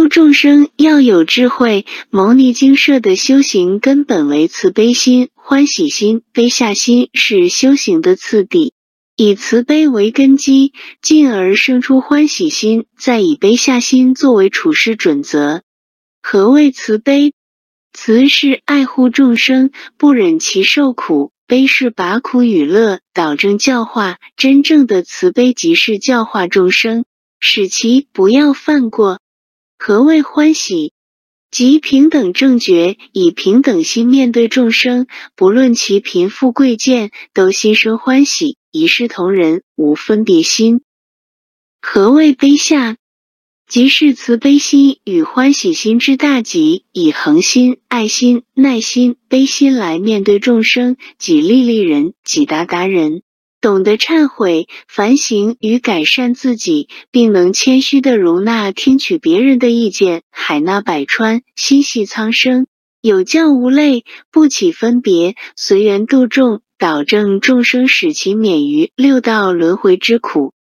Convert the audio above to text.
度众生要有智慧。牟尼精舍的修行根本为慈悲心、欢喜心、悲下心是修行的次第，以慈悲为根基，进而生出欢喜心，再以悲下心作为处事准则。何谓慈悲？慈是爱护众生，不忍其受苦；悲是拔苦与乐，导正教化。真正的慈悲即是教化众生，使其不要犯过。何谓欢喜？即平等正觉，以平等心面对众生，不论其贫富贵贱，都心生欢喜，一视同仁，无分别心。何谓悲下？即是慈悲心与欢喜心之大极，以恒心、爱心、耐心、悲心来面对众生，己利利人，己达达人。懂得忏悔、反省与改善自己，并能谦虚地容纳听取别人的意见，海纳百川，心系苍生，有教无类，不起分别，随缘度众，导正众生，使其免于六道轮回之苦。